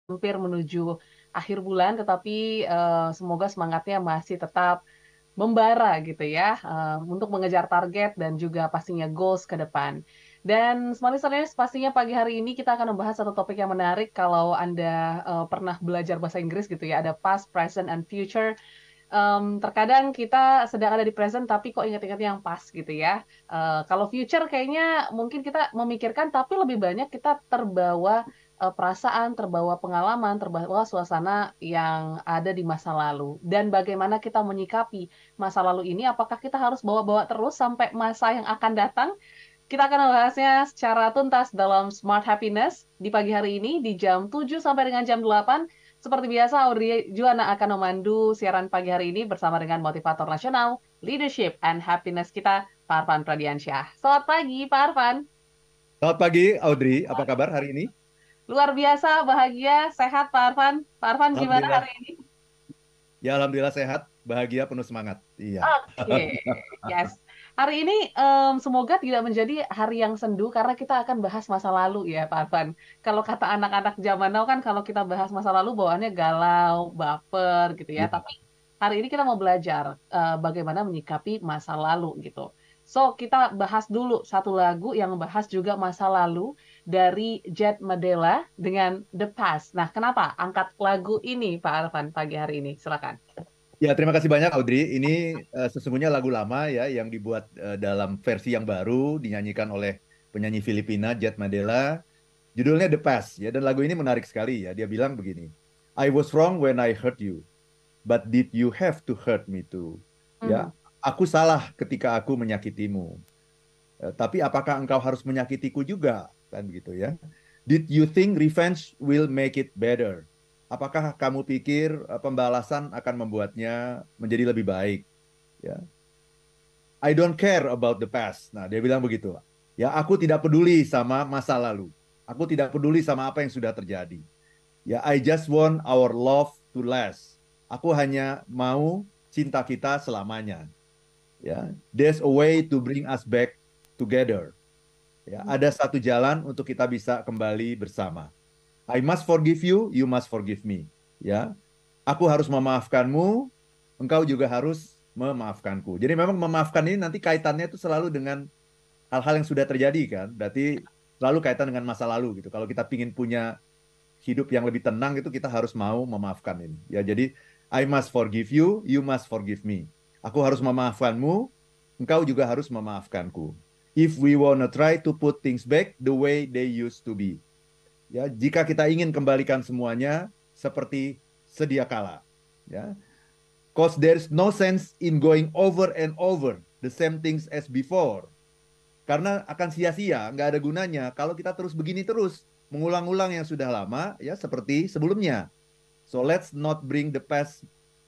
hampir menuju akhir bulan, tetapi semoga semangatnya masih tetap membara gitu ya, untuk mengejar target dan juga pastinya goals ke depan. Dan Smart Listeners, pastinya pagi hari ini kita akan membahas satu topik yang menarik kalau Anda pernah belajar bahasa Inggris gitu ya, ada past, present, and future. Terkadang kita sedang ada di present tapi kok ingat-ingat yang past gitu ya. Kalau future kayaknya mungkin kita memikirkan tapi lebih banyak kita terbawa perasaan, terbawa pengalaman, terbawa suasana yang ada di masa lalu. Dan bagaimana kita menyikapi masa lalu ini, apakah kita harus bawa-bawa terus sampai masa yang akan datang? Kita akan membahasnya secara tuntas dalam Smart Happiness di pagi hari ini di jam 7 sampai dengan jam 8. Seperti biasa, Audrey Juana akan memandu siaran pagi hari ini bersama dengan motivator nasional, leadership and happiness kita, Pak Arfan Pradiansyah. Selamat pagi, Pak Arfan. Selamat pagi, Audrey. Apa kabar hari ini? Luar biasa, bahagia, sehat, Pak Arfan. Pak Arfan gimana Alhamdulillah. hari ini? Ya, alhamdulillah sehat, bahagia, penuh semangat. Iya. Oke, yes. Hari ini semoga tidak menjadi hari yang sendu karena kita akan bahas masa lalu ya Pak Arfan. Kalau kata anak-anak zaman now kan kalau kita bahas masa lalu bawaannya galau, baper gitu ya. Iya. Tapi hari ini kita mau belajar bagaimana menyikapi masa lalu gitu. So, kita bahas dulu satu lagu yang membahas juga masa lalu dari Jet Madela dengan The Past. Nah, kenapa angkat lagu ini Pak Arfan pagi hari ini? Silakan. Ya, terima kasih banyak, Audrey. Ini sesungguhnya lagu lama ya, yang dibuat dalam versi yang baru, dinyanyikan oleh penyanyi Filipina, Jet Madela. Judulnya The Past, ya. Dan lagu ini menarik sekali ya. Dia bilang begini, I was wrong when I hurt you, but did you have to hurt me too? Mhm. Ya, aku salah ketika aku menyakitimu. Tapi apakah engkau harus menyakitiku juga? Kan begitu ya. Did you think revenge will make it better? Apakah kamu pikir pembalasan akan membuatnya menjadi lebih baik? Ya. I don't care about the past. Nah, dia bilang begitu. Ya, aku tidak peduli sama masa lalu. Aku tidak peduli sama apa yang sudah terjadi. Ya, I just want our love to last. Aku hanya mau cinta kita selamanya. Ya, there's a way to bring us back together. Ya, ada satu jalan untuk kita bisa kembali bersama. I must forgive you, you must forgive me. Ya, aku harus memaafkanmu, engkau juga harus memaafkanku. Jadi memang memaafkan ini nanti kaitannya itu selalu dengan hal-hal yang sudah terjadi kan. Berarti selalu kaitan dengan masa lalu gitu. Kalau kita ingin punya hidup yang lebih tenang itu kita harus mau memaafkan ini. Ya, jadi I must forgive you, you must forgive me. Aku harus memaafkanmu, engkau juga harus memaafkanku. If we wanna try to put things back the way they used to be. Ya, jika kita ingin kembalikan semuanya seperti sedia kala. Ya, cause there's no sense in going over and over the same things as before. Karena akan sia-sia, nggak ada gunanya kalau kita terus begini terus, mengulang-ulang yang sudah lama, ya seperti sebelumnya. So let's not bring the past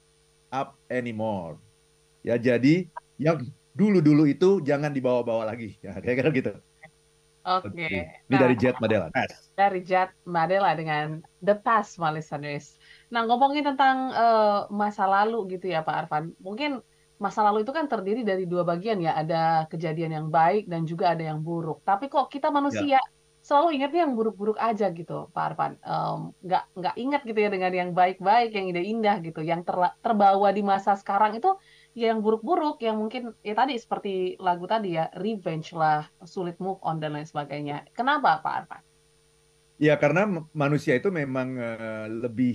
up anymore. Ya, jadi yang dulu-dulu itu jangan dibawa-bawa lagi. Ya, kayak gitu. Oke. Oke. Ini Nah, dari Jet Madela. Yes. dari Jad Madela dengan The Past, my listeners. Nah, ngomongin tentang masa lalu gitu ya, Pak Arfan. Mungkin masa lalu itu kan terdiri dari dua bagian ya. Ada kejadian yang baik dan juga ada yang buruk. Tapi kok kita Ya. manusia selalu ingatnya yang buruk-buruk aja gitu, Pak Arfan. Nggak ingat gitu ya dengan yang baik-baik, yang indah-indah gitu. Yang terbawa di masa sekarang itu ya yang buruk-buruk, yang mungkin ya tadi seperti lagu tadi ya, revenge lah, sulit move on dan lain sebagainya. Kenapa, Pak Arfan? Ya, karena manusia itu memang lebih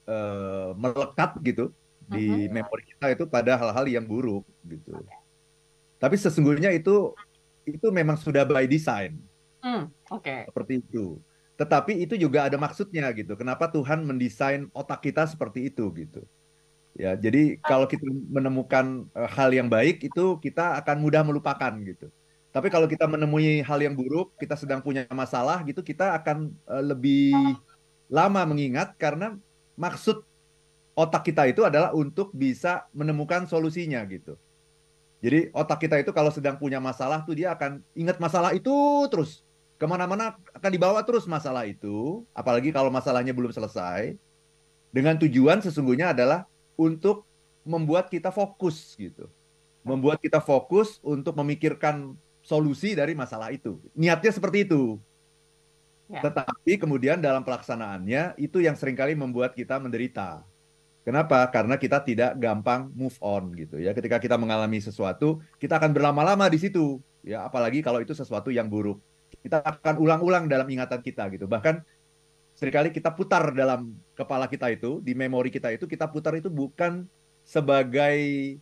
melekat gitu Mhm. di memori kita itu pada hal-hal yang buruk gitu. Tapi sesungguhnya itu memang sudah by design Oke. seperti itu. Tetapi itu juga ada maksudnya gitu. Kenapa Tuhan mendesain otak kita seperti itu gitu. Ya, jadi kalau kita menemukan hal yang baik itu kita akan mudah melupakan gitu. Tapi kalau kita menemui hal yang buruk, kita sedang punya masalah gitu, kita akan lebih lama mengingat karena maksud otak kita itu adalah untuk bisa menemukan solusinya gitu. Jadi otak kita itu kalau sedang punya masalah tuh dia akan ingat masalah itu terus. Kemana-mana akan dibawa terus masalah itu, apalagi kalau masalahnya belum selesai. Dengan tujuan sesungguhnya adalah untuk membuat kita fokus gitu. Membuat kita fokus untuk memikirkan solusi dari masalah itu. Niatnya seperti itu. Ya. Tetapi kemudian dalam pelaksanaannya itu yang seringkali membuat kita menderita. Kenapa? Karena kita tidak gampang move on gitu ya. Ketika kita mengalami sesuatu, kita akan berlama-lama di situ ya, apalagi kalau itu sesuatu yang buruk. Kita akan ulang-ulang dalam ingatan kita gitu. Bahkan seringkali kita putar dalam kepala kita itu, di memori kita itu, kita putar itu bukan sebagai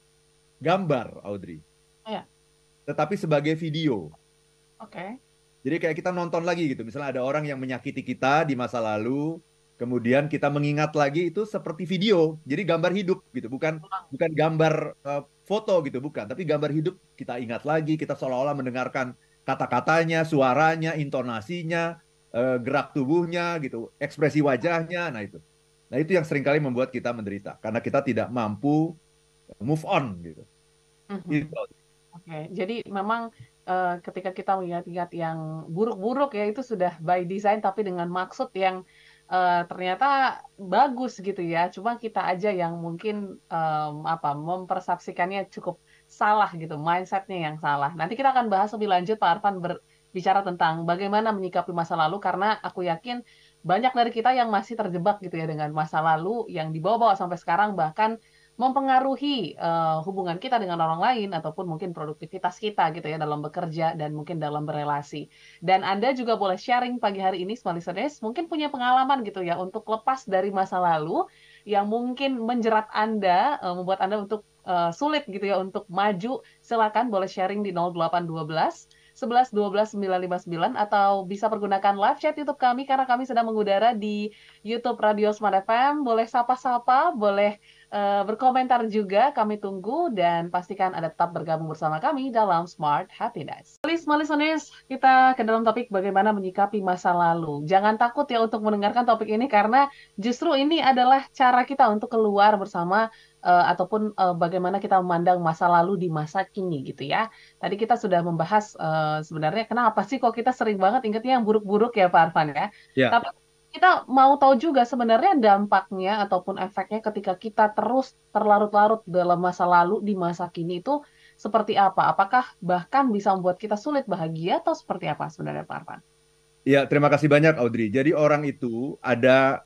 gambar, Audrey, Ya. tetapi sebagai video. Oke. Jadi kayak kita nonton lagi gitu. Misalnya ada orang yang menyakiti kita di masa lalu, kemudian kita mengingat lagi itu seperti video. Jadi gambar hidup gitu, bukan bukan gambar foto gitu, bukan, tapi gambar hidup. Kita ingat lagi, kita seolah-olah mendengarkan kata-katanya, suaranya, intonasinya, gerak tubuhnya gitu, ekspresi wajahnya. Nah itu. Nah itu yang seringkali membuat kita menderita karena kita tidak mampu move on gitu. Mhm. Itu. Oke, jadi memang ketika kita mengingat-ingat yang buruk-buruk ya itu sudah by design tapi dengan maksud yang ternyata bagus gitu ya. Cuma kita aja yang mungkin apa mempersepsikannya cukup salah gitu, mindsetnya yang salah. Nanti kita akan bahas lebih lanjut Pak Arfan berbicara tentang bagaimana menyikapi masa lalu karena aku yakin banyak dari kita yang masih terjebak gitu ya dengan masa lalu yang dibawa-bawa sampai sekarang bahkan mempengaruhi hubungan kita dengan orang lain ataupun mungkin produktivitas kita gitu ya dalam bekerja dan mungkin dalam berelasi. Dan Anda juga boleh sharing pagi hari ini, small listeners, mungkin punya pengalaman gitu ya untuk lepas dari masa lalu yang mungkin menjerat Anda, membuat Anda untuk sulit gitu ya untuk maju. Silakan boleh sharing di 0812 11 12 959 atau bisa pergunakan live chat YouTube kami karena kami sedang mengudara di YouTube Radio Smart FM. Boleh sapa-sapa, boleh berkomentar juga, kami tunggu dan pastikan Anda tetap bergabung bersama kami dalam Smart Happiness. Smart listeners, kita ke dalam topik bagaimana menyikapi masa lalu. Jangan takut ya untuk mendengarkan topik ini karena justru ini adalah cara kita untuk keluar bersama ataupun bagaimana kita memandang masa lalu di masa kini gitu ya. Tadi kita sudah membahas sebenarnya kenapa sih kok kita sering banget ingetnya yang buruk-buruk ya Pak Arfan ya. Ya. Tapi kita mau tahu juga sebenarnya dampaknya ataupun efeknya ketika kita terus terlarut-larut dalam masa lalu di masa kini itu seperti apa? Apakah bahkan bisa membuat kita sulit bahagia atau seperti apa sebenarnya Pak Arfan? Ya, terima kasih banyak Audrey. Jadi orang itu ada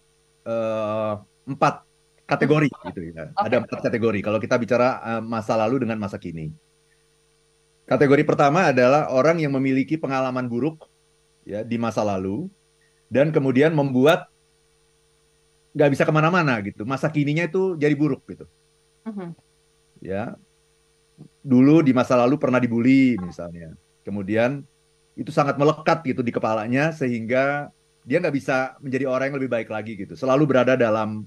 eh, 4 kategori gitu ya. Ada Oke. 4 kategori kalau kita bicara masa lalu dengan masa kini. Kategori pertama adalah orang yang memiliki pengalaman buruk ya di masa lalu dan kemudian membuat nggak bisa kemana-mana gitu. Masa kininya itu jadi buruk gitu. Mhm. Ya, dulu di masa lalu pernah dibully misalnya. Kemudian itu sangat melekat gitu di kepalanya sehingga dia nggak bisa menjadi orang yang lebih baik lagi gitu. Selalu berada dalam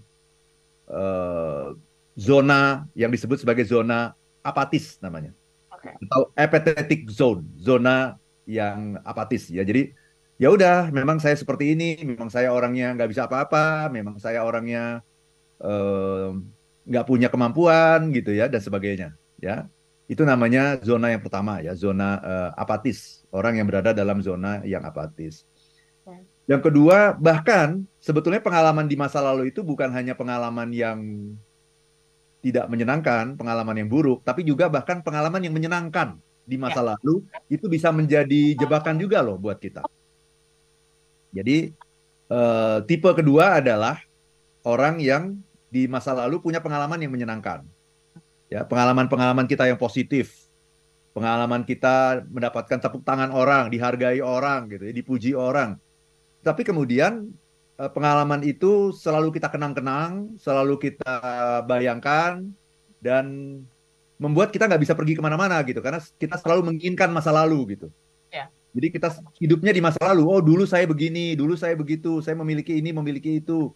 eh, zona yang disebut sebagai zona apatis namanya, Oke. atau apathetic zone, zona yang apatis ya. Jadi ya udah, memang saya seperti ini, memang saya orangnya nggak bisa apa-apa, memang saya orangnya eh, nggak punya kemampuan gitu ya dan sebagainya ya. Itu namanya zona yang pertama ya, zona apatis, orang yang berada dalam zona yang apatis. Ya. Yang kedua, bahkan sebetulnya pengalaman di masa lalu itu bukan hanya pengalaman yang tidak menyenangkan, pengalaman yang buruk, tapi juga bahkan pengalaman yang menyenangkan di Ya. masa lalu itu bisa menjadi jebakan juga loh buat kita. Jadi tipe kedua adalah orang yang di masa lalu punya pengalaman yang menyenangkan. Ya, pengalaman-pengalaman kita yang positif, pengalaman kita mendapatkan tepuk tangan orang, dihargai orang gitu ya, dipuji orang. Tapi kemudian pengalaman itu selalu kita kenang-kenang, selalu kita bayangkan, dan membuat kita nggak bisa pergi kemana-mana gitu, karena kita selalu menginginkan masa lalu gitu. Ya. Jadi kita hidupnya di masa lalu. Oh, dulu saya begini, dulu saya begitu, saya memiliki ini, memiliki itu.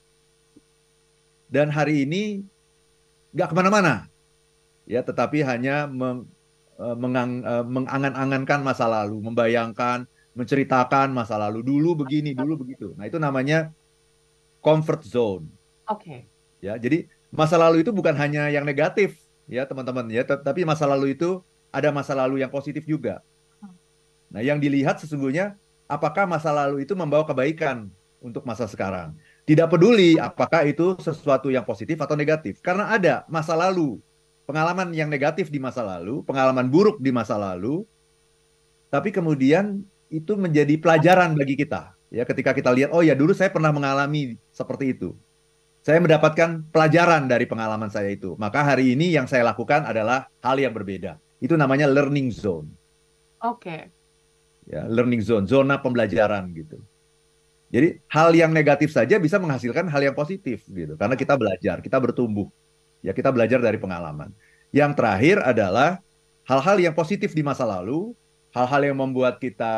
Dan hari ini nggak kemana-mana, ya, tetapi hanya mengangan-angankan masa lalu, membayangkan, menceritakan masa lalu, dulu begini, dulu begitu. Nah, itu namanya comfort zone. Oke. Ya, jadi masa lalu itu bukan hanya yang negatif, ya teman-teman, ya, tapi masa lalu itu ada masa lalu yang positif juga. Nah, yang dilihat sesungguhnya apakah masa lalu itu membawa kebaikan untuk masa sekarang. Tidak peduli apakah itu sesuatu yang positif atau negatif, karena ada masa lalu, pengalaman yang negatif di masa lalu, pengalaman buruk di masa lalu, tapi kemudian itu menjadi pelajaran bagi kita. Ya, ketika kita lihat, oh ya dulu saya pernah mengalami seperti itu. Saya mendapatkan pelajaran dari pengalaman saya itu. Maka hari ini yang saya lakukan adalah hal yang berbeda. Itu namanya learning zone. Oke. Ya, learning zone, zona pembelajaran gitu. Jadi hal yang negatif saja bisa menghasilkan hal yang positif gitu. Karena kita belajar, kita bertumbuh. Ya, kita belajar dari pengalaman. Yang terakhir adalah hal-hal yang positif di masa lalu, hal-hal yang membuat kita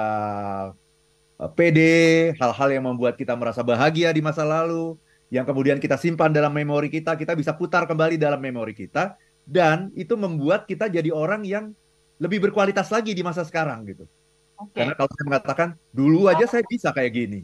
pede, hal-hal yang membuat kita merasa bahagia di masa lalu, yang kemudian kita simpan dalam memori kita bisa putar kembali dalam memori kita, dan itu membuat kita jadi orang yang lebih berkualitas lagi di masa sekarang gitu. Karena Oke. kalau saya mengatakan, dulu aja saya bisa kayak gini,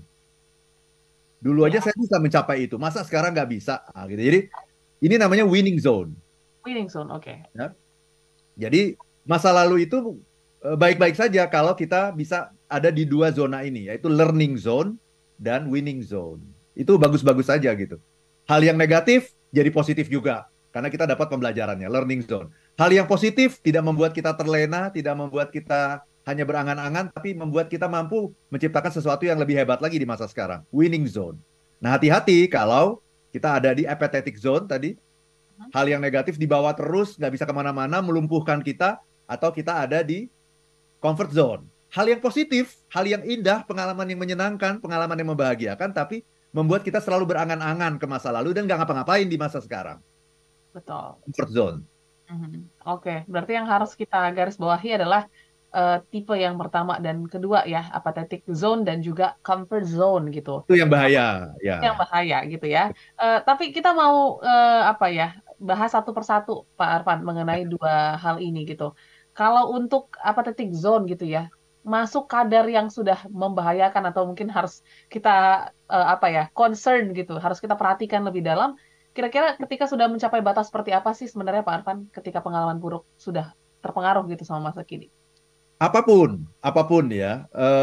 dulu Ya, aja saya bisa mencapai itu, masa sekarang nggak bisa? Nah, gitu. Jadi ini namanya winning zone. winning zone. Oke. Ya. Jadi masa lalu itu baik-baik saja kalau kita bisa ada di dua zona ini, yaitu learning zone dan winning zone. Itu bagus-bagus saja gitu. Hal yang negatif jadi positif juga, karena kita dapat pembelajarannya, learning zone. Hal yang positif tidak membuat kita terlena, tidak membuat kita hanya berangan-angan, tapi membuat kita mampu menciptakan sesuatu yang lebih hebat lagi di masa sekarang, winning zone. Nah, hati-hati kalau kita ada di apathetic zone tadi, hal yang negatif dibawa terus, nggak bisa kemana-mana, melumpuhkan kita, atau kita ada di comfort zone. Hal yang positif, hal yang indah, pengalaman yang menyenangkan, pengalaman yang membahagiakan, tapi membuat kita selalu berangan-angan ke masa lalu dan nggak ngapa-ngapain di masa sekarang. Betul. Comfort zone. Oke, berarti yang harus kita garis bawahi adalah tipe yang pertama dan kedua ya, apathetic zone dan juga comfort zone gitu. Itu yang bahaya. Yang Ya. bahaya gitu ya. Tapi kita mau apa ya, bahas satu persatu Pak Arfan mengenai dua hal ini gitu. Kalau untuk apathetic zone gitu ya, masuk kadar yang sudah membahayakan atau mungkin harus kita apa ya, concern gitu, harus kita perhatikan lebih dalam. Kira-kira ketika sudah mencapai batas seperti apa sih sebenarnya Pak Arfan ketika pengalaman buruk sudah terpengaruh gitu sama masa kini? Apapun, apapun ya,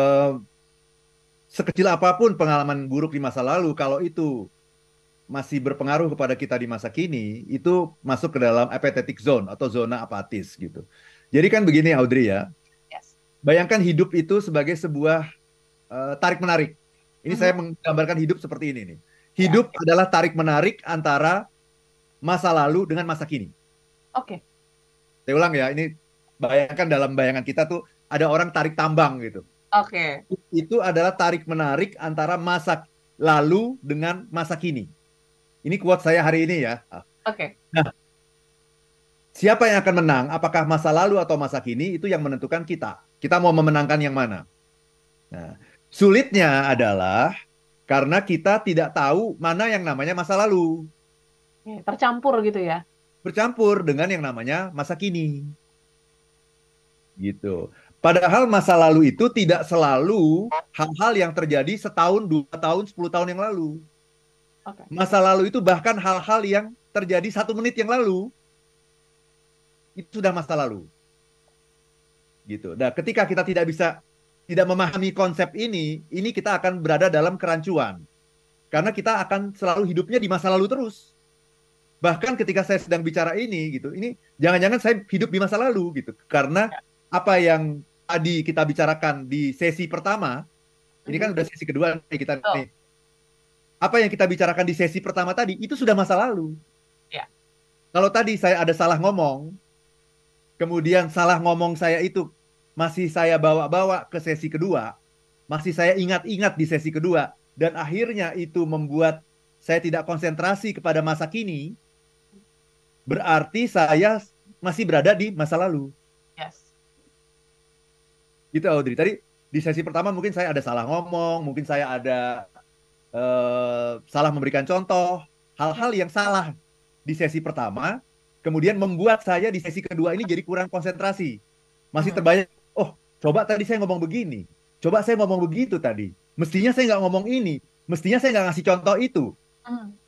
sekecil apapun pengalaman buruk di masa lalu, kalau itu masih berpengaruh kepada kita di masa kini, itu masuk ke dalam apathetic zone atau zona apatis gitu. Jadi kan begini Audrey ya, Yes. bayangkan hidup itu sebagai sebuah tarik-menarik. Ini Mhm. saya menggambarkan hidup seperti ini nih. Ya. Hidup adalah tarik-menarik antara masa lalu dengan masa kini. Oke. Saya ulang ya, ini bayangkan dalam bayangan kita tuh ada orang tarik tambang gitu. Oke. Itu adalah tarik-menarik antara masa lalu dengan masa kini. Ini quote saya hari ini ya. Oke. Nah, siapa yang akan menang? Apakah masa lalu atau masa kini? Itu yang menentukan kita. Kita mau memenangkan yang mana? Nah, sulitnya adalah karena kita tidak tahu mana yang namanya masa lalu. Oke, tercampur gitu ya. Bercampur dengan yang namanya masa kini. Gitu. Padahal masa lalu itu tidak selalu hal-hal yang terjadi setahun, 2 tahun, 10 tahun yang lalu. Oke. Masa lalu itu bahkan hal-hal yang terjadi 1 menit yang lalu, itu sudah masa lalu. Gitu. Nah, ketika kita tidak memahami konsep ini kita akan berada dalam kerancuan. Karena kita akan selalu hidupnya di masa lalu terus. Bahkan ketika saya sedang bicara ini jangan-jangan saya hidup di masa lalu gitu. Karena apa yang tadi kita bicarakan di sesi pertama, ini kan Mhm. udah sesi kedua nih kita Betul. nih. Apa yang kita bicarakan di sesi pertama tadi itu sudah masa lalu. Ya. Kalau tadi saya ada salah ngomong, kemudian salah ngomong saya itu masih saya bawa-bawa ke sesi kedua, masih saya ingat-ingat di sesi kedua, dan akhirnya itu membuat saya tidak konsentrasi kepada masa kini, berarti saya masih berada di masa lalu. Yes. Gitu Audrey. Tadi di sesi pertama mungkin saya ada salah ngomong, mungkin saya ada salah memberikan contoh, hal-hal yang salah di sesi pertama, kemudian membuat saya di sesi kedua ini jadi kurang konsentrasi. Masih Mhm. terbayang, oh coba tadi saya ngomong begini, coba saya ngomong begitu tadi. Mestinya saya nggak ngomong ini, mestinya saya nggak ngasih contoh itu. Mhm.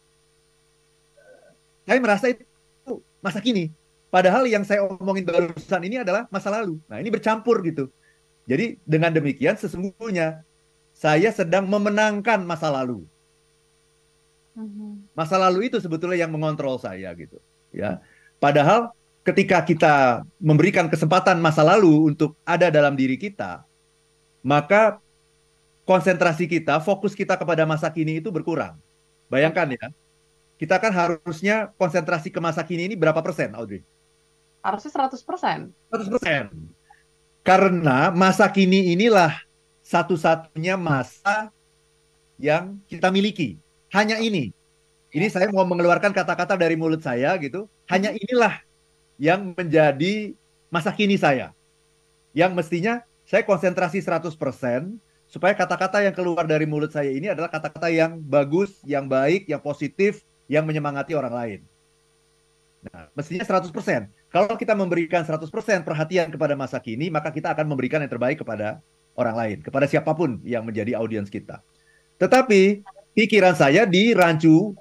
Saya merasa itu masa kini. Padahal yang saya omongin barusan ini adalah masa lalu. Nah ini bercampur gitu. Jadi dengan demikian sesungguhnya saya sedang memenangkan masa lalu. Mhm. Masa lalu itu sebetulnya yang mengontrol saya gitu. Ya. Padahal ketika kita memberikan kesempatan masa lalu untuk ada dalam diri kita, maka konsentrasi kita, fokus kita kepada masa kini itu berkurang. Bayangkan ya, kita kan harusnya konsentrasi ke masa kini ini berapa persen, Audrey? Harusnya 100%. 100%. Karena masa kini inilah satu-satunya masa yang kita miliki. Hanya ini. Ini saya mau mengeluarkan kata-kata dari mulut saya gitu. Hanya inilah yang menjadi masa kini saya. Yang mestinya saya konsentrasi 100% supaya kata-kata yang keluar dari mulut saya ini adalah kata-kata yang bagus, yang baik, yang positif, yang menyemangati orang lain. Nah, mestinya 100%. Kalau kita memberikan 100% perhatian kepada masa kini, maka kita akan memberikan yang terbaik kepada orang lain, kepada siapapun yang menjadi audiens kita. Tetapi pikiran saya dirancu,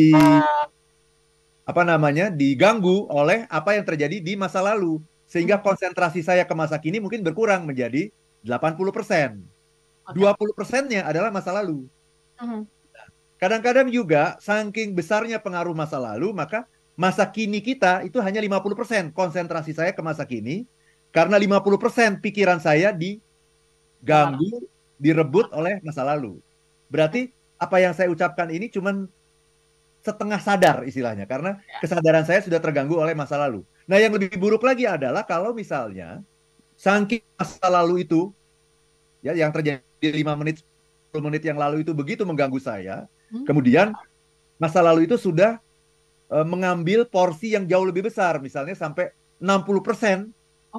diganggu oleh apa yang terjadi di masa lalu. Sehingga konsentrasi saya ke masa kini mungkin berkurang menjadi 80%. 20%-nya adalah masa lalu. Kadang-kadang juga saking besarnya pengaruh masa lalu, maka masa kini kita itu hanya 50%. Konsentrasi saya ke masa kini, karena 50% pikiran saya diganggu, direbut oleh masa lalu. Berarti apa yang saya ucapkan ini cuman setengah sadar istilahnya, karena kesadaran saya sudah terganggu oleh masa lalu. Nah, yang lebih buruk lagi adalah kalau misalnya saking masa lalu itu, ya, yang terjadi 5 menit, 10 menit yang lalu itu begitu mengganggu saya, kemudian masa lalu itu sudah mengambil porsi yang jauh lebih besar, misalnya sampai 60%.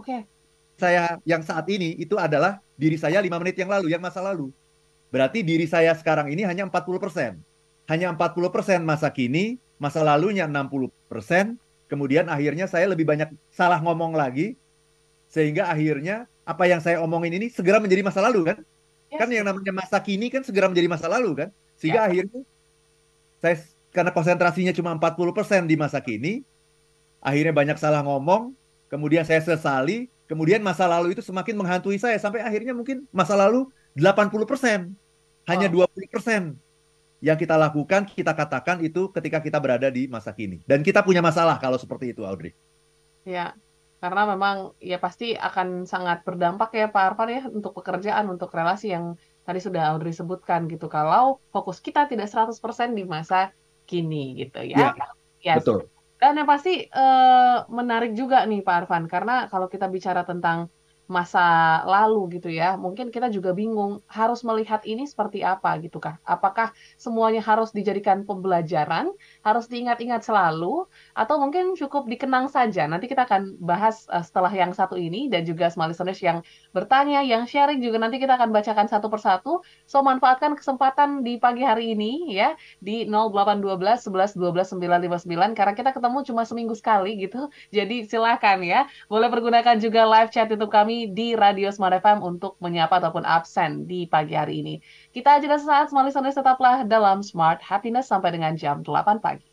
Saya yang saat ini itu adalah diri saya 5 menit yang lalu, yang masa lalu. Berarti diri saya sekarang ini hanya 40%. Hanya 40% masa kini, masa lalunya 60%, kemudian akhirnya saya lebih banyak salah ngomong lagi, sehingga akhirnya apa yang saya omongin ini segera menjadi masa lalu kan? Kan yang namanya masa kini kan segera menjadi masa lalu kan? Sehingga akhirnya saya, karena konsentrasinya cuma 40% di masa kini, akhirnya banyak salah ngomong, kemudian saya sesali, kemudian masa lalu itu semakin menghantui saya, sampai akhirnya mungkin masa lalu 80%. Hanya 20% yang kita lakukan, kita katakan itu ketika kita berada di masa kini. Dan kita punya masalah kalau seperti itu, Audrey. Ya, karena memang ya pasti akan sangat berdampak ya Pak Arfan ya untuk pekerjaan, untuk relasi yang tadi sudah Audrey sebutkan gitu. Kalau fokus kita tidak 100% di masa kini gitu ya. Betul. Dan yang pasti menarik juga nih Pak Arfan, karena kalau kita bicara tentang masa lalu gitu ya, mungkin kita juga bingung harus melihat ini seperti apa gitu kah? Apakah semuanya harus dijadikan pembelajaran, harus diingat-ingat selalu, atau mungkin cukup dikenang saja? Nanti kita akan bahas setelah yang satu ini, dan juga small listeners yang bertanya, yang sharing juga nanti kita akan bacakan satu persatu. So, manfaatkan kesempatan di pagi hari ini ya, di 0812 11 12 959, karena kita ketemu cuma seminggu sekali gitu. Jadi silakan ya, boleh pergunakan juga live chat YouTube kami di Radio Smart FM untuk menyapa ataupun absen di pagi hari ini. Kita jeda sesaat, small listeners, tetaplah dalam Smart Happiness sampai dengan jam 8 pagi.